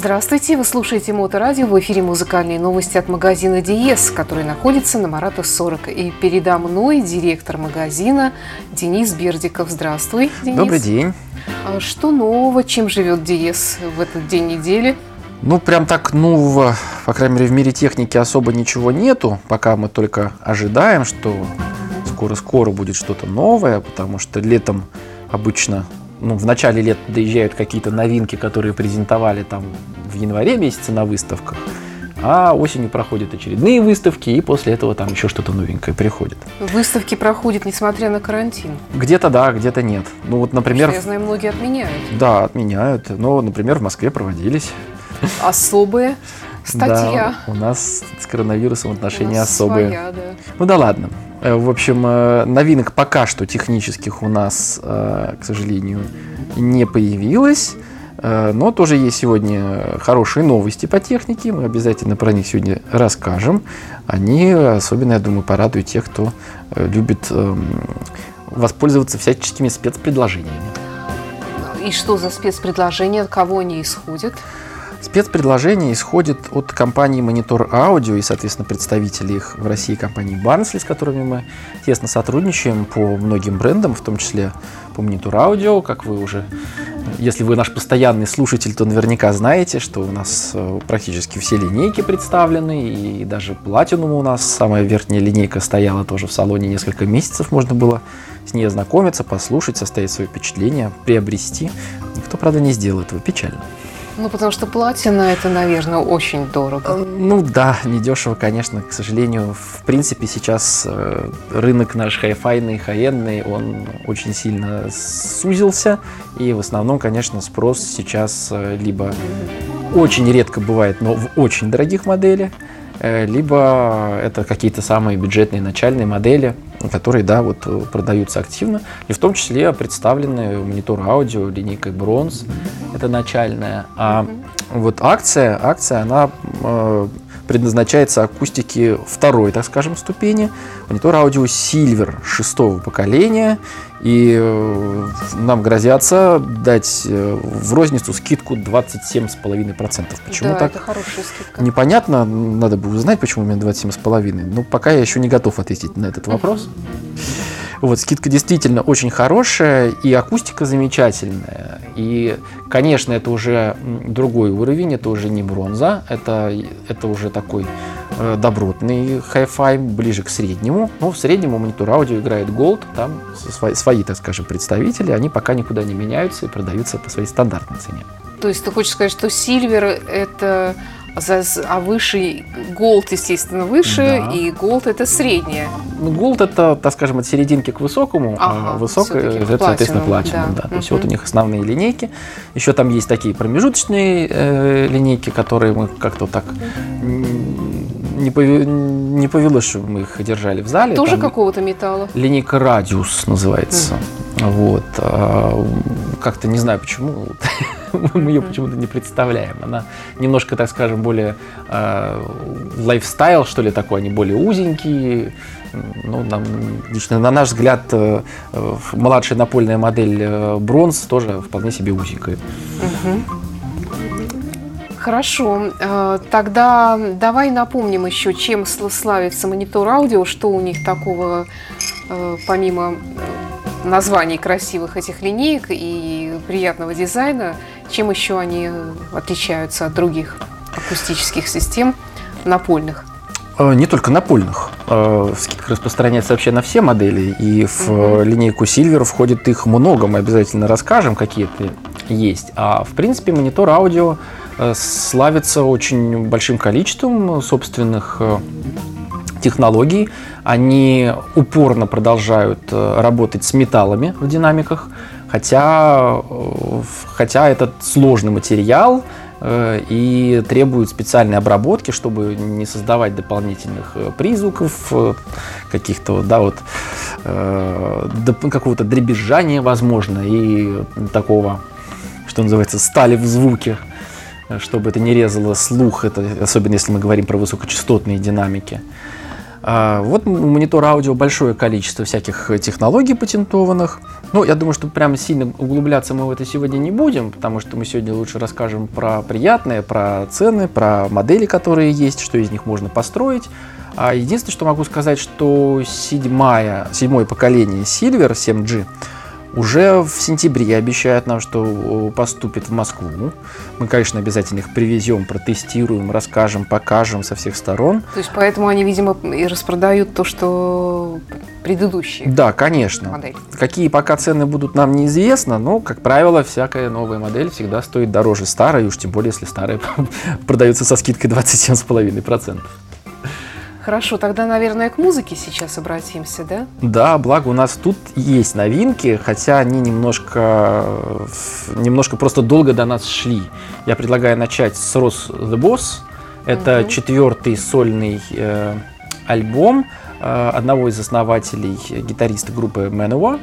Здравствуйте, вы слушаете Моторадио, в эфире музыкальные новости от магазина Диез, который находится на Марата 40. И передо мной директор магазина Денис Бердиков. Здравствуй, Денис. Добрый день. Что нового, чем живет Диез в этот день недели? Ну, прям так нового, по крайней мере, в мире техники особо ничего нету. Пока мы только ожидаем, что скоро-скоро будет что-то новое, потому что летом обычно, в начале лет доезжают какие-то новинки, которые презентовали там в январе месяце на выставках, а осенью проходят очередные выставки, и после этого там еще что-то новенькое приходит. Выставки проходят, несмотря на карантин? Где-то да, где-то нет. Ну вот, например... Потому что, я знаю, многие отменяют. Да, отменяют. Но, например, в Москве проводились. Особые статья. Да, у нас с коронавирусом отношения особые. Своя, да. Ну да ладно. В общем, новинок пока что технических у нас, к сожалению, не появилось. Но тоже есть сегодня хорошие новости по технике. Мы обязательно про них сегодня расскажем. Они особенно, я думаю, порадуют тех, кто любит воспользоваться всяческими спецпредложениями. И что за спецпредложения? От кого они исходят? Спецпредложение исходит от компании Monitor Audio и, соответственно, представителей их в России компании Barnsley, с которыми мы тесно сотрудничаем по многим брендам, в том числе по Monitor Audio. Как вы уже, если вы наш постоянный слушатель, то наверняка знаете, что у нас практически все линейки представлены, и даже Platinum у нас, самая верхняя линейка, стояла тоже в салоне несколько месяцев, можно было с ней ознакомиться, послушать, составить свои впечатления, приобрести. Никто, правда, не сделал этого, печально. Ну, потому что платина – это, наверное, очень дорого. Ну да, недешево, конечно, к сожалению. В принципе, сейчас рынок наш хай-файный, хай-эндный, он очень сильно сузился. И в основном, конечно, спрос сейчас либо очень редко бывает, но в очень дорогих моделях, либо это какие-то самые бюджетные начальные модели, которые, да, вот продаются активно, и в том числе представлены Monitor Audio линейкой Bronze, это начальная. А вот акция, она предназначается акустике второй, так скажем, ступени, Monitor Audio Silver 6-го поколения, и нам грозятся дать в розницу скидку 27,5%. Почему да, так? Это хорошая скидка. Непонятно, надо бы узнать, почему у меня 27,5%. Но пока я еще не готов ответить на этот вопрос. Вот, скидка действительно очень хорошая, и акустика замечательная. И, конечно, это уже другой уровень, это уже не бронза, это уже такой добротный хай-фай, ближе к среднему. Но в среднем у Monitor Audio играет Gold, там свои, так скажем, представители, они пока никуда не меняются и продаются по своей стандартной цене. То есть ты хочешь сказать, что Silver – это... А выше Gold, естественно, выше, да. И Gold – это среднее. Ну, Gold – это, так скажем, от серединки к высокому, а высокое – это, соответственно, Platinum. Да. То есть вот у них основные линейки. Еще там есть такие промежуточные линейки, которые мы как-то так не повелось, что мы их держали в зале. Тоже там какого-то металла? Линейка Radius называется. Вот. Как-то не знаю почему. Мы ее почему-то не представляем. Она немножко, так скажем, более лайфстайл, что ли, такой, они более узенькие. Ну, лично, на наш взгляд, младшая напольная модель Bronze тоже вполне себе узенькая. Хорошо. Тогда давай напомним еще, чем славится Monitor Audio, что у них такого, помимо названий красивых этих линеек и приятного дизайна, чем еще они отличаются от других акустических систем напольных? Не только напольных. Скидка распространяется вообще на все модели, и в линейку Silver входит их много, мы обязательно расскажем, какие это есть. А в принципе Monitor Audio славится очень большим количеством собственных технологий. Они упорно продолжают работать с металлами в динамиках, хотя этот сложный материал и требует специальной обработки, чтобы не создавать дополнительных призвуков, каких-то, да, вот, какого-то дребезжания, возможно, и такого, что называется, стали в звуке, чтобы это не резало слух, это, особенно если мы говорим про высокочастотные динамики. Вот у монитора аудио большое количество всяких технологий патентованных. Ну, я думаю, что прямо сильно углубляться мы в это сегодня не будем, потому что мы сегодня лучше расскажем про приятное, про цены, про модели, которые есть, что из них можно построить. Единственное, что могу сказать, что седьмое поколение Silver 7G уже в сентябре обещают нам, что поступит в Москву. Мы, конечно, обязательно их привезем, протестируем, расскажем, покажем со всех сторон. То есть поэтому они, видимо, и распродают то, что предыдущие. Да, конечно. Модели. Какие пока цены будут, нам неизвестно, но, как правило, всякая новая модель всегда стоит дороже старой, уж тем более, если старая продается со скидкой 27,5%. Хорошо, тогда, наверное, к музыке сейчас обратимся, да? Да, благо у нас тут есть новинки, хотя они немножко просто долго до нас шли. Я предлагаю начать с Ross the Boss. Это 4-й сольный альбом одного из основателей, гитариста группы Manowar.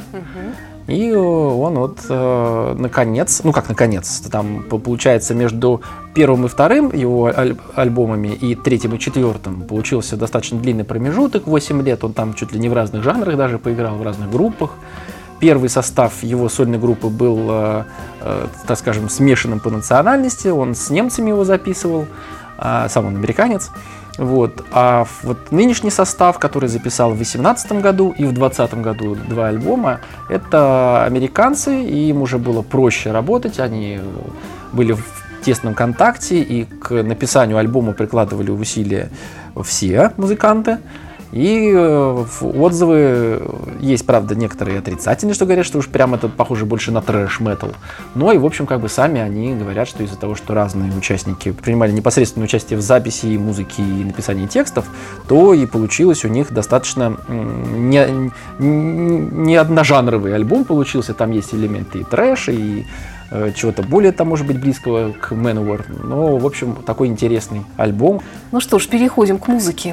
И он вот наконец, там получается между первым и вторым его альбомами и третьим и четвертым получился достаточно длинный промежуток, 8 лет, он там чуть ли не в разных жанрах даже поиграл, в разных группах. Первый состав его сольной группы был, так скажем, смешанным по национальности, он с немцами его записывал, сам он американец. Вот. А вот нынешний состав, который записал в 2018 году и в 2020 году 2 альбома, это американцы, и им уже было проще работать, они были в тесном контакте, и к написанию альбома прикладывали усилия все музыканты. И отзывы есть, правда, некоторые отрицательные, что говорят, что уж прям это похоже больше на трэш-метал. Но и, в общем, как бы сами они говорят, что из-за того, что разные участники принимали непосредственное участие в записи и музыке и написании текстов, то и получилось у них достаточно не одножанровый альбом получился. Там есть элементы и трэша, и чего-то более там, может быть, близкого к Manowar. Но, в общем, такой интересный альбом. Ну что ж, переходим к музыке.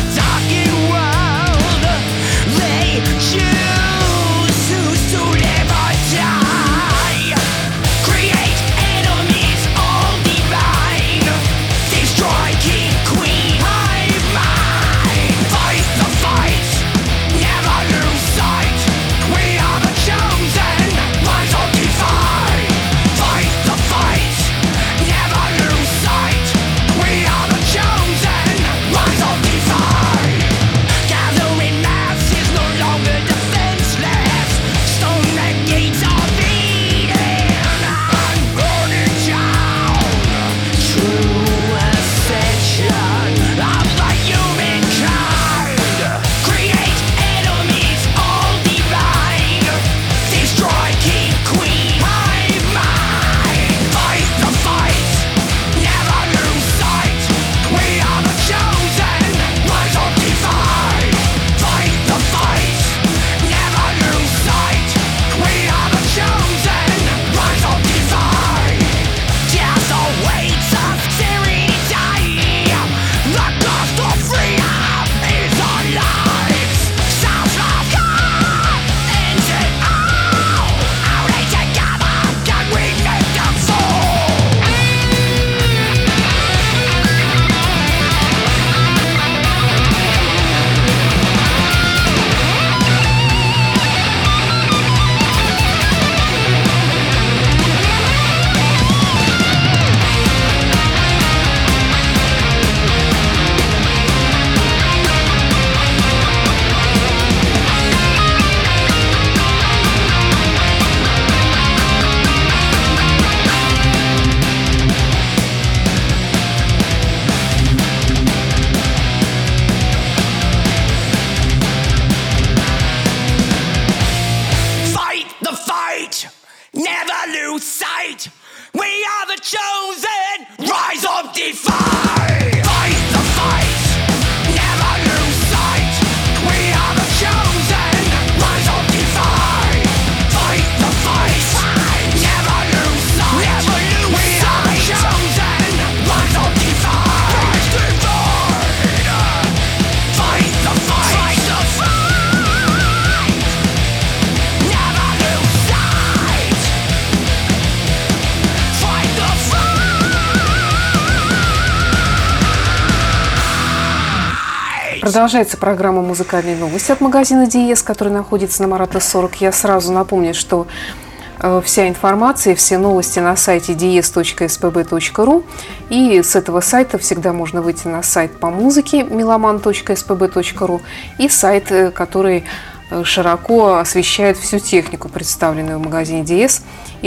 Choose to live Продолжается программа «Музыкальные новости» от магазина Диез, который находится на Марата 40. Я сразу напомню, что вся информация, все новости на сайте diez.spb.ru. И с этого сайта всегда можно выйти на сайт по музыке meloman.spb.ru и сайт, который широко освещает всю технику, представленную в магазине Диез,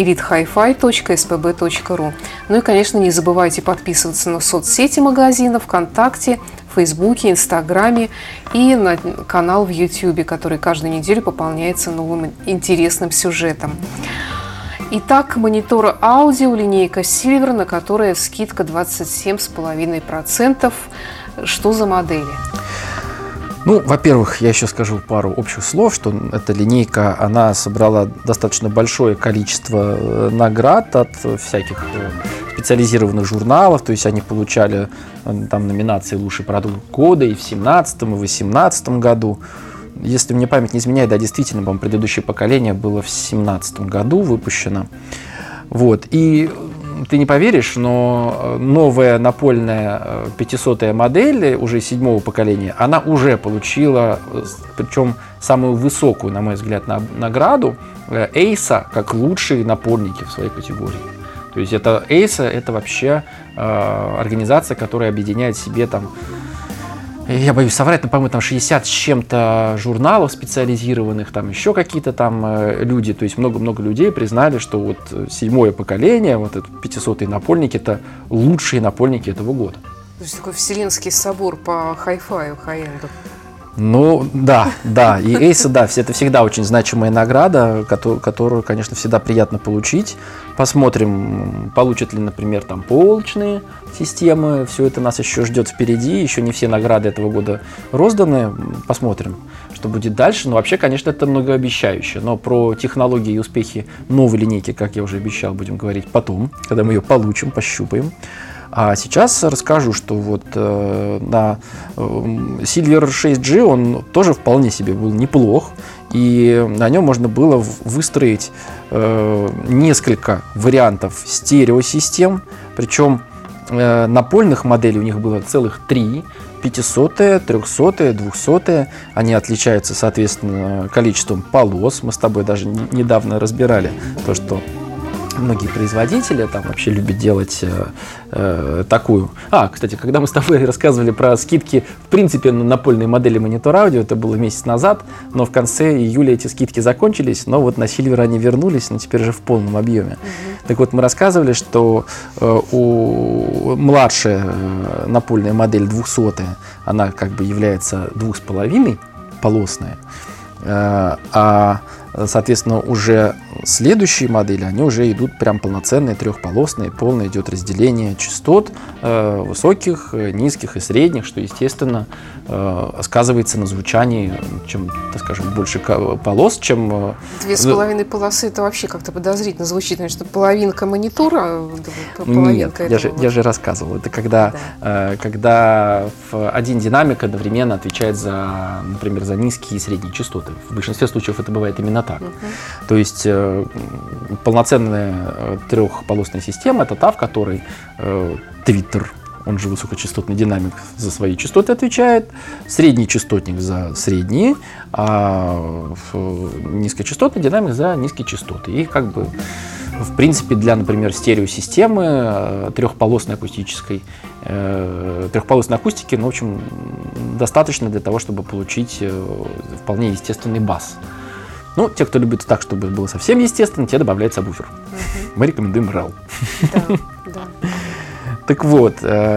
elitehifi.spb.ru. Ну и, конечно, не забывайте подписываться на соцсети магазина ВКонтакте, Фейсбуке, Инстаграме и на канал в Ютьюбе, который каждую неделю пополняется новым интересным сюжетом. Итак, монитор аудио, линейка Silver, на которой скидка 27,5%. Что за модели? Ну, во-первых, я еще скажу пару общих слов, что эта линейка, она собрала достаточно большое количество наград от всяких специализированных журналов, то есть они получали там номинации «Лучший продукт года» и в 2017, и в 2018 году. Если мне память не изменяет, да, действительно, по-моему, предыдущее поколение было в 2017 году выпущено. Вот, и ты не поверишь, но новая напольная 500-я модель, уже 7-го поколения, она уже получила, причем самую высокую, на мой взгляд, награду ACE как лучшие напольники в своей категории. То есть это ACE, это вообще организация, которая объединяет в себе там, я боюсь соврать, но, по-моему, там 60 с чем-то журналов специализированных, там еще какие-то там люди, то есть много-много людей признали, что вот 7-е поколение, вот этот 500-й напольник, это лучшие напольники этого года. То есть такой вселенский собор по хай-фаю, хай-энду. Ну, да, и ACE, да, это всегда очень значимая награда, которую, конечно, всегда приятно получить. Посмотрим, получат ли, например, там полочные системы, все это нас еще ждет впереди, еще не все награды этого года розданы, посмотрим, что будет дальше. Но вообще, конечно, это многообещающе, но про технологии и успехи новой линейки, как я уже обещал, будем говорить потом, когда мы ее получим, пощупаем. А сейчас расскажу, что вот на Silver 6G он тоже вполне себе был неплох, и на нем можно было выстроить несколько вариантов стереосистем, причем напольных моделей у них было целых 3. 500-е, 300-е, 200-е. Они отличаются, соответственно, количеством полос. Мы с тобой даже недавно разбирали то, что многие производители там вообще любят делать такую. Кстати, когда мы с тобой рассказывали про скидки, в принципе, на напольные модели монитор аудио, это было месяц назад, но в конце июля эти скидки закончились, но вот на Silver они вернулись, но теперь же в полном объеме. Так вот, мы рассказывали, что у младшая напольная модель 200-я, она как бы является 2,5 полосная, а соответственно, уже следующие модели, они уже идут прям полноценные, трехполосные, полное идет разделение частот высоких, низких и средних, что, естественно, сказывается на звучании, чем, так скажем, больше полос, чем... 2,5 полосы, это вообще как-то подозрительно звучит, потому что половинка монитора, половинка Нет, я же рассказывал, это когда один динамик одновременно отвечает за, например, за низкие и средние частоты. В большинстве случаев это бывает именно так. То есть полноценная трехполосная система – это та, в которой твиттер, он же высокочастотный динамик, за свои частоты отвечает, средний частотник за средние, а низкочастотный динамик за низкие частоты. И как бы, в принципе, для, например, стереосистемы трехполосной акустики, ну, в общем, достаточно для того, чтобы получить вполне естественный бас. Ну, те, кто любит так, чтобы было совсем естественно, те добавляют сабвуфер. Мы рекомендуем RAL. Да. Так вот,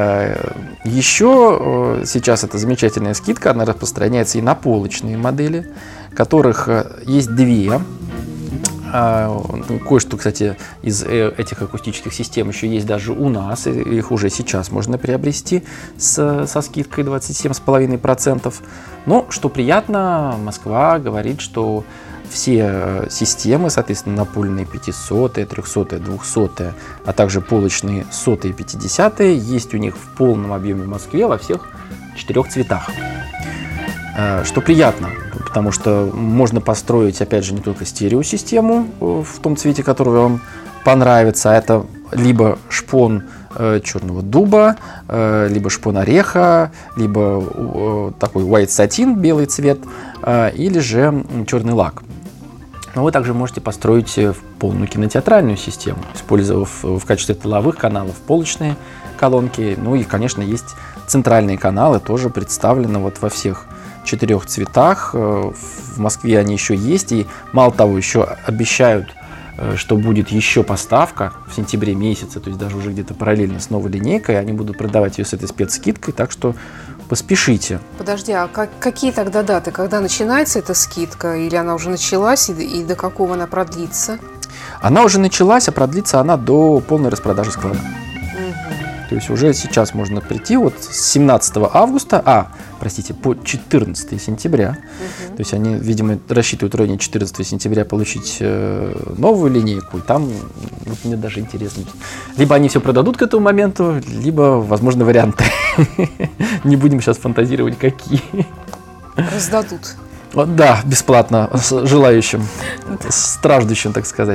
еще сейчас эта замечательная скидка, она распространяется и на полочные модели, которых есть 2. Кое-что, кстати, из этих акустических систем еще есть даже у нас, и их уже сейчас можно приобрести со скидкой 27,5%. Но, что приятно, Москва говорит, что все системы, соответственно, напольные 500-е, 300-е, 200-е, а также полочные 100-е и 50-е, есть у них в полном объеме в Москве во всех 4 цветах. Что приятно, потому что можно построить, опять же, не только стереосистему в том цвете, который вам понравится, а это либо шпон черного дуба, либо шпон ореха, либо такой white satin, белый цвет, или же черный лак. Но вы также можете построить полную кинотеатральную систему, использовав в качестве тыловых каналов полочные колонки. Ну и, конечно, есть центральные каналы, тоже представлены вот во всех 4 цветах. В Москве они еще есть, и мало того, еще обещают, что будет еще поставка в сентябре месяце, то есть даже уже где-то параллельно с новой линейкой, они будут продавать ее с этой спецскидкой, так что поспешите. Подожди, а какие тогда даты? Когда начинается эта скидка? Или она уже началась, и до какого она продлится? Она уже началась, а продлится она до полной распродажи склада. То есть уже сейчас можно прийти вот с 17 августа, по 14 сентября. То есть они, видимо, рассчитывают в районе 14 сентября получить новую линейку. И там, вот мне даже интересно, либо они все продадут к этому моменту, либо, возможно, варианты. Не будем сейчас фантазировать, какие. Раздадут. Вот, да, бесплатно желающим, страждущим, так сказать.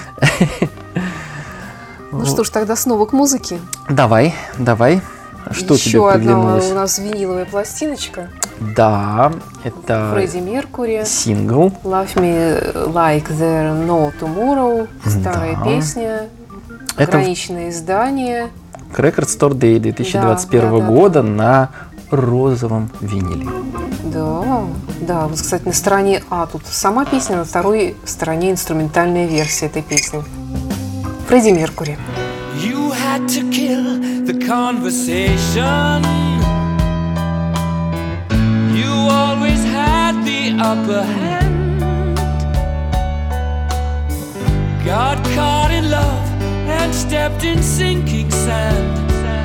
Ну что ж, тогда снова к музыке. Давай. Что Еще тебе приглянулось? одна у нас виниловая пластиночка. Да, это Фредди Меркури. сингл. Love Me Like There No Tomorrow. Старая Да. песня. Это Ограниченное издание. Record Store Day 2021 Да. года на розовом виниле. Да. Вот, кстати, на стороне А тут сама песня, на второй стороне инструментальная версия этой песни. Фредди Меркури. You had to kill the conversation. You always had the upper hand. Got caught in love and stepped in sinking sand.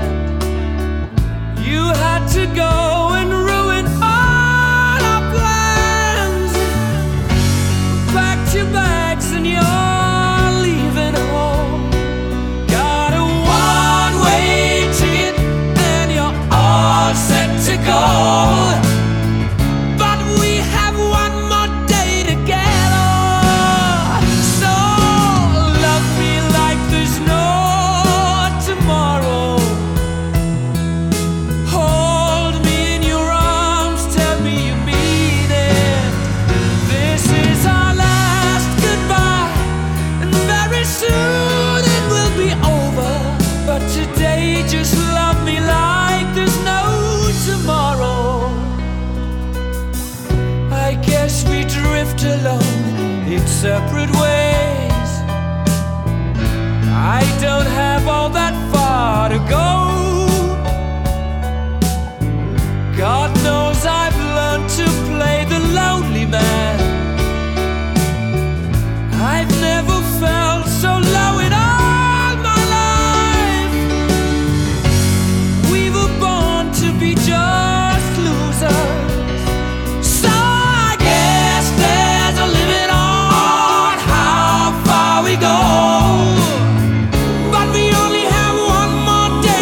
You had to go and ruin all our plans. Packed your bags and you're leaving home. Got a one-way ticket and you're all set to go. But we have one more day together. So love me like there's no tomorrow. Hold me in your arms, tell me you mean it. This is our last goodbye, and very soon it will be over. But today just love me like there's no tomorrow. I guess we drift alone in separate ways. I don't have all that far to go. God knows I've learned to play the lonely man. I've never felt so low in all my life. We were born to be just losers. So I guess there's a limit on how far we go. But we only have one more day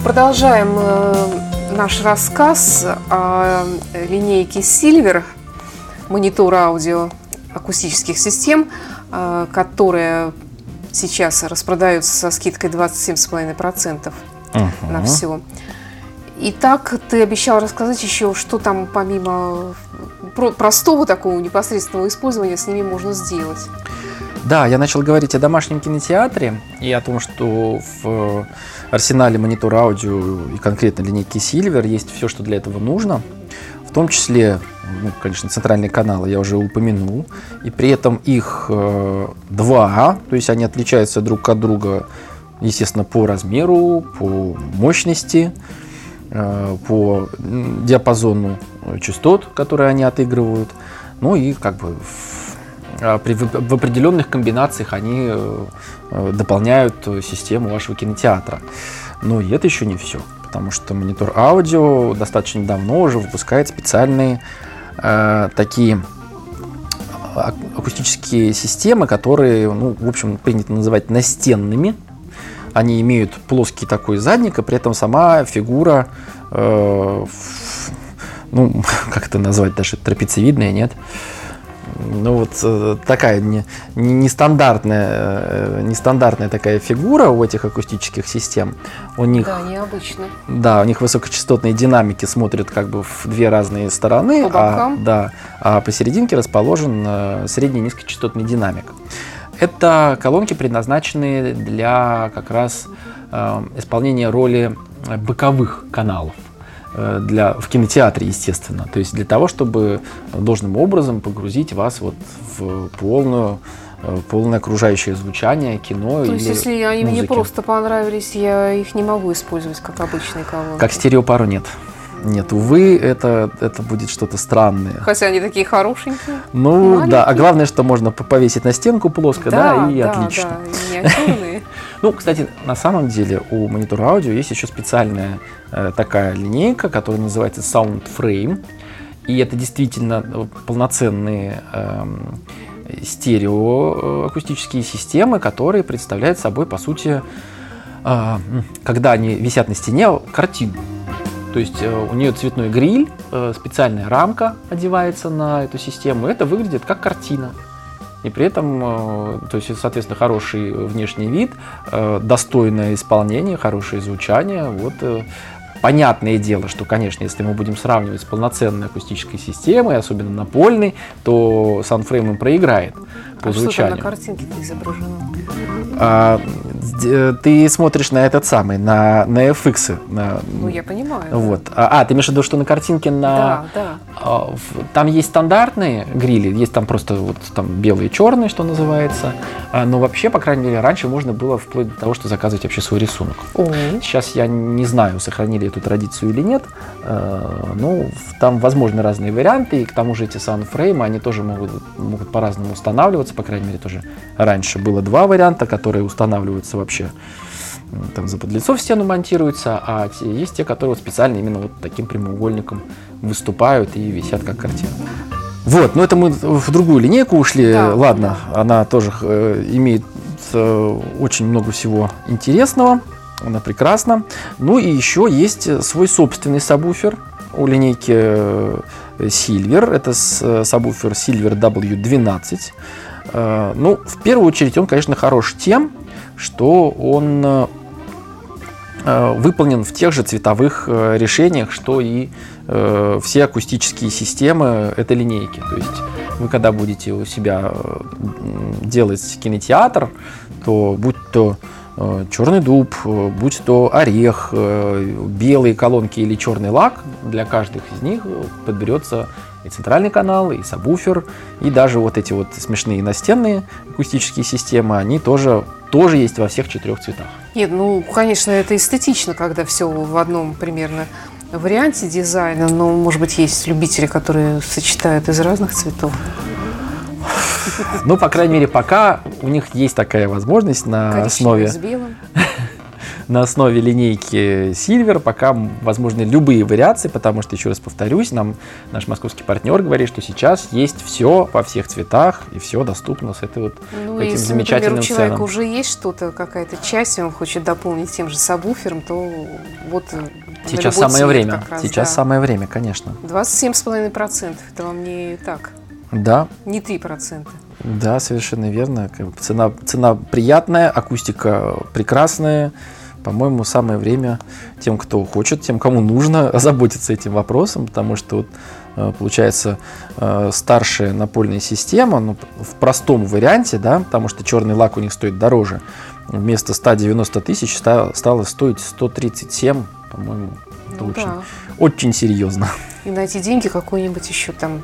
продолжаем наш рассказ о линейке Silver, монитор аудио акустических систем, которая сейчас распродается со скидкой 27,5% на все. Итак, ты обещал рассказать еще, что там помимо простого такого непосредственного использования с ними можно сделать. Да, я начал говорить о домашнем кинотеатре и о том, что в арсенале монитора аудио и конкретно линейки Silver есть все, что для этого нужно. В том числе, конечно, центральные каналы я уже упомянул. И при этом их два, то есть они отличаются друг от друга, естественно, по размеру, по мощности, по диапазону частот, которые они отыгрывают. Ну и как бы в определенных комбинациях они дополняют систему вашего кинотеатра. Но и это еще не все, потому что монитор аудио достаточно давно уже выпускает специальные такие акустические системы, которые, в общем, принято называть настенными. Они имеют плоский такой задник, и при этом сама фигура, как это назвать, даже трапециевидная, нет? Такая нестандартная такая фигура у этих акустических систем. У них, да, необычно. Да, у них высокочастотные динамики смотрят как бы в две разные стороны, по бокам. А посерединке расположен средний низкочастотный динамик. Это колонки, предназначенные для как раз исполнения роли боковых каналов. В кинотеатре, естественно. То есть для того, чтобы должным образом погрузить вас в полное окружающее звучание кино. То есть, если они музыки. мне просто понравились, я их не могу использовать как обычные колонки. Как стереопару нет. Нет, увы, это будет что-то странное. Хотя они такие хорошенькие. Маленькие. Да, а главное, что можно повесить на стенку плоско, и отлично. Да, миниатюрные. Кстати, на самом деле у монитора аудио есть еще специальная такая линейка, которая называется SoundFrame. И это действительно полноценные стереоакустические системы, которые представляют собой, по сути, когда они висят на стене, картину. То есть у нее цветной гриль, специальная рамка одевается на эту систему, и это выглядит как картина. И при этом, то есть, соответственно, хороший внешний вид, достойное исполнение, хорошее звучание. Понятное дело, что, конечно, если мы будем сравнивать с полноценной акустической системой, особенно напольной, то SoundFrame им проиграет по звучанию. Что там на картинке-то изображено? Ты смотришь на этот самый, на FX. Я понимаю. Ты имеешь в виду, что на картинке Да. Там есть стандартные грили, есть там просто там белые и черные, что называется. Но вообще, по крайней мере, раньше можно было вплоть до того, что заказывать вообще свой рисунок. Сейчас я не знаю, сохранили эту традицию или нет. Там возможны разные варианты, и к тому же эти SoundFrame, они тоже могут по-разному устанавливаться. По крайней мере, тоже раньше было два варианта, которые устанавливаются вообще там заподлицо в стену монтируются, а есть те, которые специально именно таким прямоугольником выступают и висят как картина. Это мы в другую линейку ушли. Да. Ладно, она тоже имеет очень много всего интересного, она прекрасна. И еще есть свой собственный сабвуфер у линейки Silver. Это сабвуфер Silver W12. В первую очередь он, конечно, хорош тем, что он выполнен в тех же цветовых решениях, что и все акустические системы этой линейки. То есть вы, когда будете у себя делать кинотеатр, то будь то черный дуб, будь то орех, белые колонки или черный лак, для каждых из них подберется и центральный канал, и сабвуфер, и даже эти смешные настенные акустические системы, они тоже есть во всех 4 цветах. Нет, конечно, это эстетично, когда все в одном примерно варианте дизайна, но, может быть, есть любители, которые сочетают из разных цветов. По крайней мере, пока у них есть такая возможность на коричневый основе... с белым. на основе линейки Silver, пока возможны любые вариации, потому что, еще раз повторюсь, нам наш московский партнер говорит, что сейчас есть все во всех цветах, и все доступно с этой вот Ну, этим если, замечательным например, у человека ценам. уже есть что-то, какая-то часть, и он хочет дополнить тем же сабвуфером, то вот на Сейчас любой самое цвет время. как раз, Сейчас да. самое время, конечно. 27,5%. Это вам не так, Да, не 3%. да, совершенно верно. Как бы цена приятная, акустика прекрасная. По-моему, самое время тем, кто хочет, тем, кому нужно, озаботиться этим вопросом, потому что вот, получается старшая напольная система, ну, в простом варианте, да, потому что черный лак у них стоит дороже, вместо 190 тысяч стало стоить 137, по-моему, это Ну очень, да. очень серьезно. И на эти деньги какой-нибудь еще там...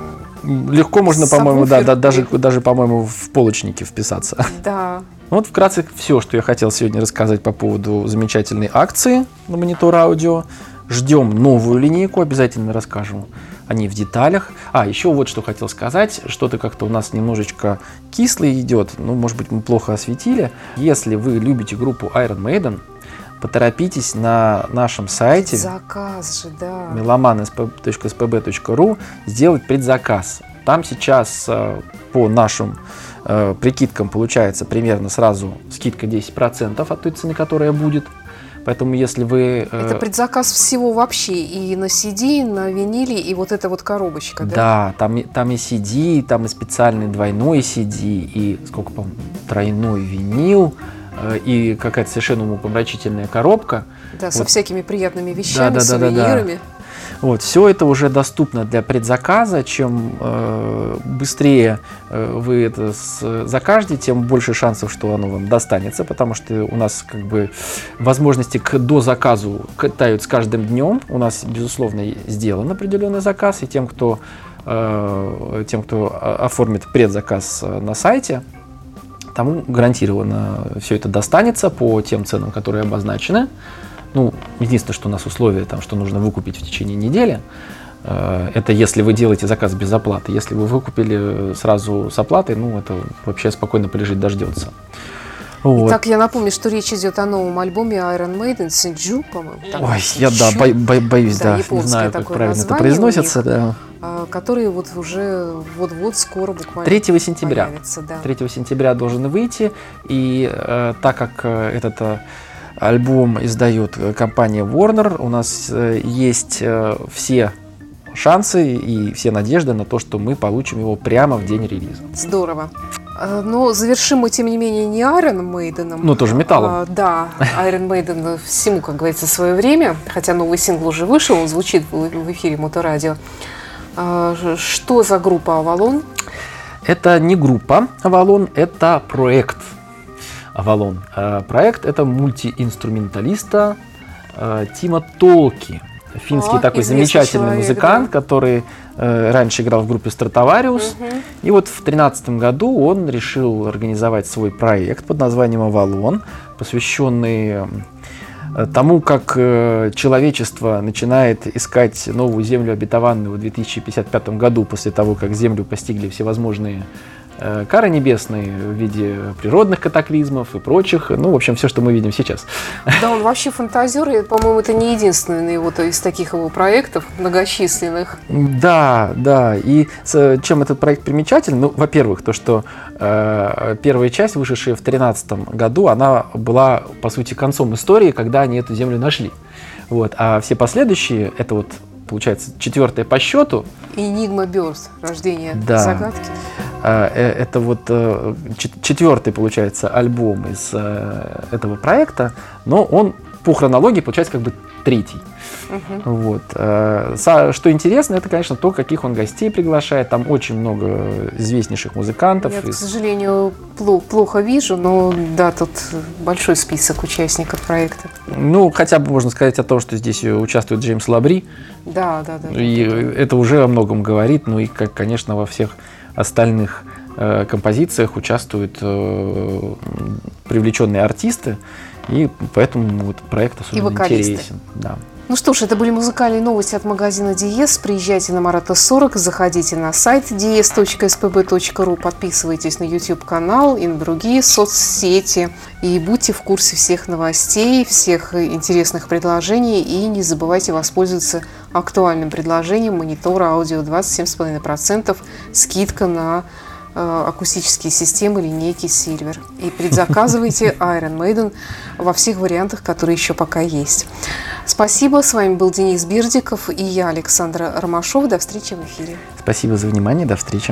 Легко можно, по-моему, Сабвуфер. даже, по-моему, в полочнике вписаться. Да. Вот вкратце все, что я хотел сегодня рассказать по поводу замечательной акции на Монитор Аудио. Ждем новую линейку, обязательно расскажем о ней в деталях. Еще вот что хотел сказать, что-то как-то у нас немножечко кисло идет, ну, может быть, мы плохо осветили. Если вы любите группу Iron Maiden, поторопитесь на нашем сайте Заказ же, да. meloman.spb.ru сделать предзаказ. Там сейчас по нашим прикидкам получается примерно сразу скидка 10% от той цены, которая будет. Поэтому если вы... Это предзаказ всего вообще, и на CD, и на виниле, и вот эта вот коробочка, да? Да, там и CD, там и специальный двойной CD, и сколько, по-моему, тройной винил, и какая-то совершенно умопомрачительная коробка. Да, со Вот. всякими приятными вещами, Да. сувенирами. Вот, все это уже доступно для предзаказа. Чем быстрее вы это закажете, тем больше шансов, что оно вам достанется, потому что у нас как бы возможности к дозаказу тают с каждым днем. У нас, безусловно, сделан определенный заказ, и тем, кто оформит предзаказ на сайте, тому гарантированно все это достанется по тем ценам, которые обозначены. Ну, единственное, что у нас условие, там, что нужно выкупить в течение недели, это если вы делаете заказ без оплаты. Если вы выкупили сразу с оплатой, ну, это вообще спокойно полежит, дождется. Вот. Итак, я напомню, что речь идет о новом альбоме Iron Maiden «Синджу», по-моему. так, Ой, «Синджу», боюсь, Да, не японское знаю, как такое правильно это название у произносится. них. Да. который вот уже вот-вот скоро буквально 3 сентября. появится. Да. 3 сентября должен выйти, и так как этот альбом издает компания Warner, у нас есть все шансы и все надежды на то, что мы получим его прямо в день релиза. Здорово. Но завершим мы, тем не менее, не Iron Maiden. Ну, тоже металлом. Да, Iron Maiden всему, как говорится, свое время, хотя новый сингл уже вышел, он звучит в эфире Моторадио. Что за группа Avalon? Это не группа Avalon, это проект Avalon. Проект это мультиинструменталиста Тима Толки. Финский такой замечательный человек, музыкант, да. который раньше играл в группе Stratovarius. И вот в 2013 году он решил организовать свой проект под названием Avalon, посвященный тому, как человечество начинает искать новую землю обетованную в 2055 году, после того, как Землю постигли всевозможные кары небесные в виде природных катаклизмов и прочих. Ну, в общем, все, что мы видим сейчас. Да, он вообще фантазер, и, по-моему, это не единственный его, из таких его проектов многочисленных. Да, да. И чем этот проект примечателен? Ну, во-первых, то, что первая часть, вышедшая в 2013 году, она была, по сути, концом истории, когда они эту землю нашли. Вот. А все последующие, это вот, получается, 4-я по счету. Enigma Burst, рождение Да. загадки. Это вот 4-й, получается, альбом из этого проекта, но он по хронологии, получается, как бы 3-й. Вот. Что интересно, это, конечно, то, каких он гостей приглашает. Там очень много известнейших музыкантов. Я, к сожалению, плохо вижу, но да, тут большой список участников проекта. Ну, хотя бы можно сказать о том, что здесь участвует Джеймс Лабри. Да. И это уже о многом говорит. Ну и, конечно, во всех остальных композициях участвуют привлеченные артисты. И поэтому вот проект особенно вокалисты. интересен. Да. Ну что ж, это были музыкальные новости от магазина Диез. Приезжайте на Марата 40, заходите на сайт diez.spb.ru, подписывайтесь на YouTube-канал и на другие соцсети. И будьте в курсе всех новостей, всех интересных предложений. И не забывайте воспользоваться актуальным предложением монитора аудио 27,5% скидка на акустические системы линейки Silver. И предзаказывайте Iron Maiden во всех вариантах, которые еще пока есть. Спасибо. С вами был Денис Бердиков и я, Александра Ромашова. До встречи в эфире. Спасибо за внимание. До встречи.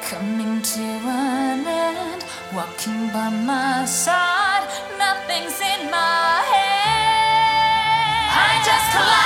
coming to an end, walking by my side, nothing's in my head. I just collapse.